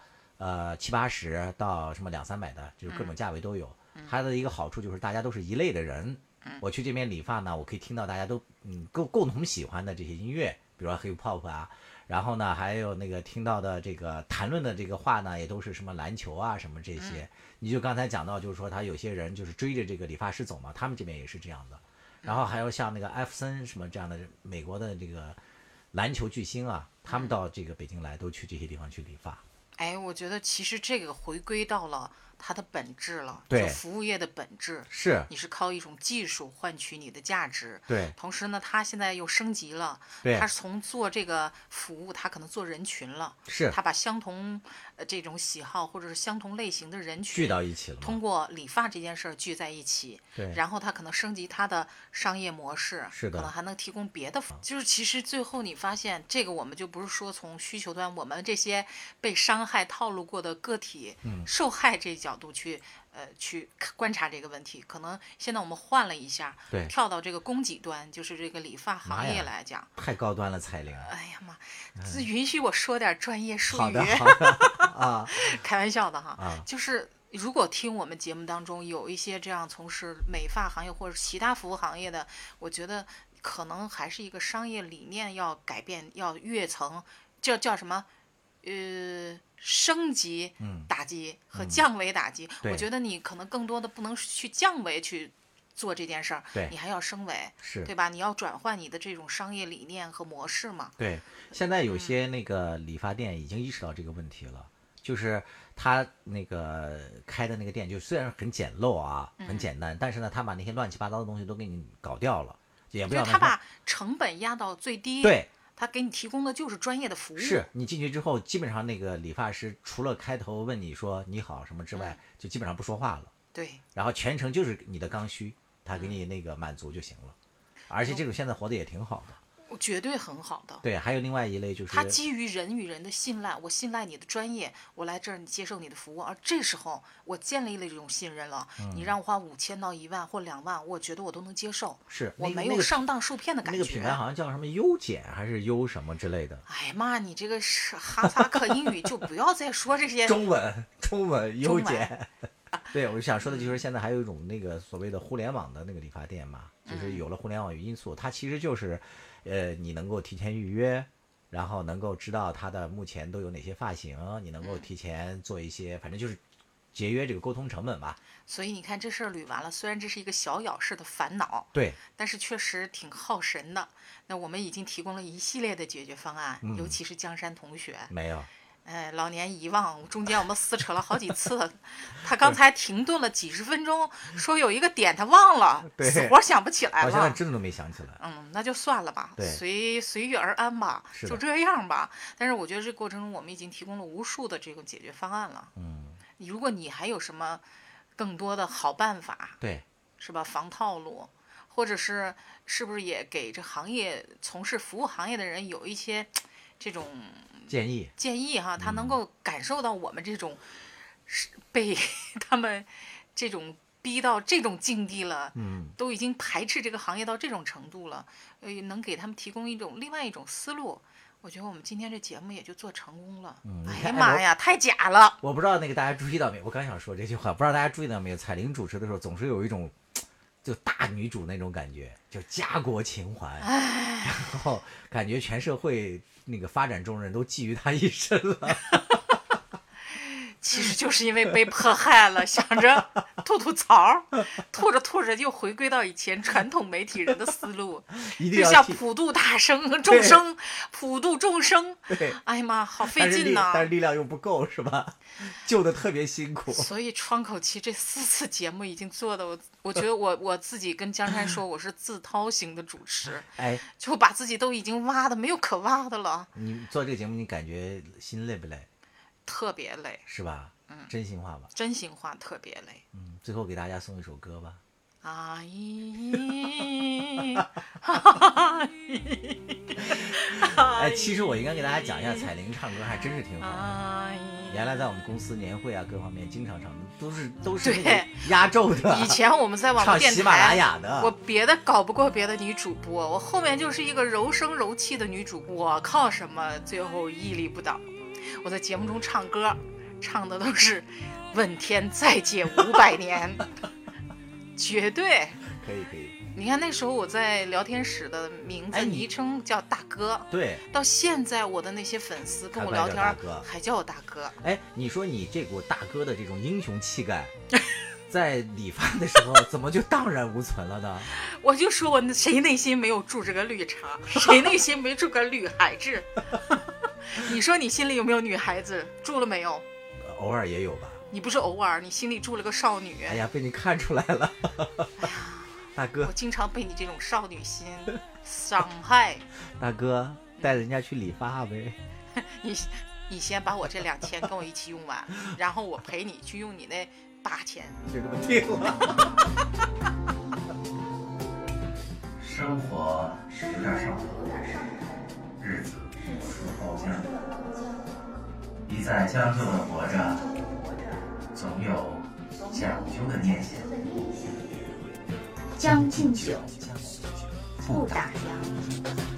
Speaker 1: 70-80到什么200-300的，就是各种价位都有。它的一个好处就是大家都是一类的人，我去这边理发呢，我可以听到大家都共同喜欢的这些音乐，比如说 hip hop 啊，然后呢还有那个听到的这个谈论的这个话呢，也都是什么篮球啊什么这些。你就刚才讲到，就是说他有些人就是追着这个理发师走嘛，他们这边也是这样的。然后还有像那个艾弗森什么这样的美国的这个篮球巨星啊，他们到这个北京来都去这些地方去理发。
Speaker 2: 哎，我觉得其实这个回归到了它的本质了，
Speaker 1: 对，
Speaker 2: 就服务业的本质
Speaker 1: 是
Speaker 2: 你是靠一种技术换取你的价值。
Speaker 1: 对，
Speaker 2: 同时呢，它现在又升级了，
Speaker 1: 对，
Speaker 2: 它从做这个服务，它可能做人群了，
Speaker 1: 是
Speaker 2: 它把相同这种喜好或者是相同类型的人群
Speaker 1: 聚到一起了，
Speaker 2: 通过理发这件事儿聚在一起。
Speaker 1: 对，
Speaker 2: 然后它可能升级它的商业模式，
Speaker 1: 是的，
Speaker 2: 可能还能提供别的，就是其实最后你发现这个我们就不是说从需求端，我们这些被伤害套路过的个体，受害这角度去观察这个问题，可能现在我们换了一下，
Speaker 1: 对，
Speaker 2: 跳到这个供给端，就是这个理发行业来讲，
Speaker 1: 太高端了，彩铃。
Speaker 2: 哎呀妈，允许我说点专业术语？
Speaker 1: 好的啊，
Speaker 2: 开玩笑的哈，
Speaker 1: 啊，
Speaker 2: 就是如果听我们节目当中有一些这样从事美发行业或者其他服务行业的，我觉得可能还是一个商业理念要改变，要跃层，叫什么？升级打击和降维打击，我觉得你可能更多的不能去降维去做这件事儿，你还要升维，对吧？你要转换你的这种商业理念和模式嘛。
Speaker 1: 对，现在有些那个理发店已经意识到这个问题了，就是他那个开的那个店，就虽然很简陋啊，很简单，但是呢，他把那些乱七八糟的东西都给你搞掉了，也不要
Speaker 2: 他把成本压到最低。
Speaker 1: 对。
Speaker 2: 他给你提供的就是专业的服务。
Speaker 1: 是你进去之后，基本上那个理发师除了开头问你说你好什么之外，就基本上不说话了。
Speaker 2: 对。
Speaker 1: 然后全程就是你的刚需，他给你那个满足就行了。而且这种现在活得也挺好的。
Speaker 2: 绝对很好的。
Speaker 1: 对，还有另外一类就是，
Speaker 2: 它基于人与人的信赖，我信赖你的专业，我来这儿接受你的服务，而这时候我建立了这种信任了，你让我花5000到1万或2万，我觉得我都能接受，
Speaker 1: 是
Speaker 2: 我没有上当受骗的感觉。
Speaker 1: 那个品牌好像叫什么优简还是优什么之类的。
Speaker 2: 哎呀妈，你这个是哈萨克英语就不要再说这些
Speaker 1: 中文优简。对，我就想说的就是现在还有一种那个所谓的互联网的那个理发店嘛，就是有了互联网因素，它其实就是你能够提前预约，然后能够知道它的目前都有哪些发型，你能够提前做一些，反正就是节约这个沟通成本吧。
Speaker 2: 所以你看这事儿捋完了，虽然这是一个小咬式的烦恼，
Speaker 1: 对，
Speaker 2: 但是确实挺耗神的。那我们已经提供了一系列的解决方案，尤其是江山同学
Speaker 1: 没有。
Speaker 2: 老年遗忘，中间我们撕扯了好几次。他刚才停顿了几十分钟，说有一个点他忘了，死活想不起来了。
Speaker 1: 我现在真的都没想起来。
Speaker 2: 那就算了吧，随遇而安吧，就这样吧。但是我觉得这过程中我们已经提供了无数的这个解决方案了。如果你还有什么更多的好办法，
Speaker 1: 对，
Speaker 2: 是吧？防套路，或者是不是也给这行业从事服务行业的人有一些这种建议哈，他能够感受到我们这种被他们这种逼到这种境地了，都已经排斥这个行业到这种程度了，能给他们提供另外一种思路，我觉得我们今天这节目也就做成功了。哎呀妈呀，太假了！
Speaker 1: 我不知道那个大家注意到没有，我刚想说这句话，不知道大家注意到没有？彩铃主持的时候总是有一种就大女主那种感觉，就家国情怀，然后感觉全社会那个发展重任都寄于她一身了。
Speaker 2: 其实就是因为被迫害了，想着吐槽，吐着又回归到以前传统媒体人的思路，就像普度大生众生，普度众生。
Speaker 1: 对，
Speaker 2: 哎呀妈，好费劲呐！
Speaker 1: 但是力量又不够，是吧？救得特别辛苦。
Speaker 2: 所以窗口期这4次节目已经做的，我觉得我自己跟江山说，我是自掏型的主持，就把自己都已经挖的没有可挖的了。
Speaker 1: 你做这个节目，你感觉心累不累？
Speaker 2: 特别累，
Speaker 1: 是吧？真心话吧。
Speaker 2: 真心话，特别累。
Speaker 1: 最后给大家送一首歌吧。
Speaker 2: 阿姨，
Speaker 1: 其实我应该给大家讲一下，彩铃唱歌还真是挺好的。原来在我们公司年会啊各方面经常唱，都是那个压轴的。
Speaker 2: 以前我们在网络电台
Speaker 1: 唱喜马拉雅的，
Speaker 2: 我别的搞不过别的女主播，我后面就是一个柔声柔气的女主播，我靠什么最后屹立不倒。我在节目中唱歌，唱的都是问天再借500年，绝对
Speaker 1: 可以。
Speaker 2: 你看那时候我在聊天室的名字昵称叫大哥，
Speaker 1: 对，
Speaker 2: 到现在我的那些粉丝跟我聊天还叫我大哥。
Speaker 1: 你说你这股大哥的这种英雄气概，在理发的时候怎么就荡然无存了呢？
Speaker 2: 我就说我谁内心没有住着个绿茶，谁内心没住个女孩子？你说你心里有没有女孩子？住了没有？
Speaker 1: 偶尔也有吧。
Speaker 2: 你不是偶尔，你心里住了个少女。
Speaker 1: 哎呀，被你看出来了，大哥。
Speaker 2: 我经常被你这种少女心伤害。
Speaker 1: 大哥，带人家去理发呗。
Speaker 2: 你先把我这2000跟我一起用完，然后我陪你去用你那8000。
Speaker 1: 就这么定了。
Speaker 3: 生活有点上头，日子有出包浆。一再将就的活着，总有讲究的念想。
Speaker 4: 将进酒，不打烊。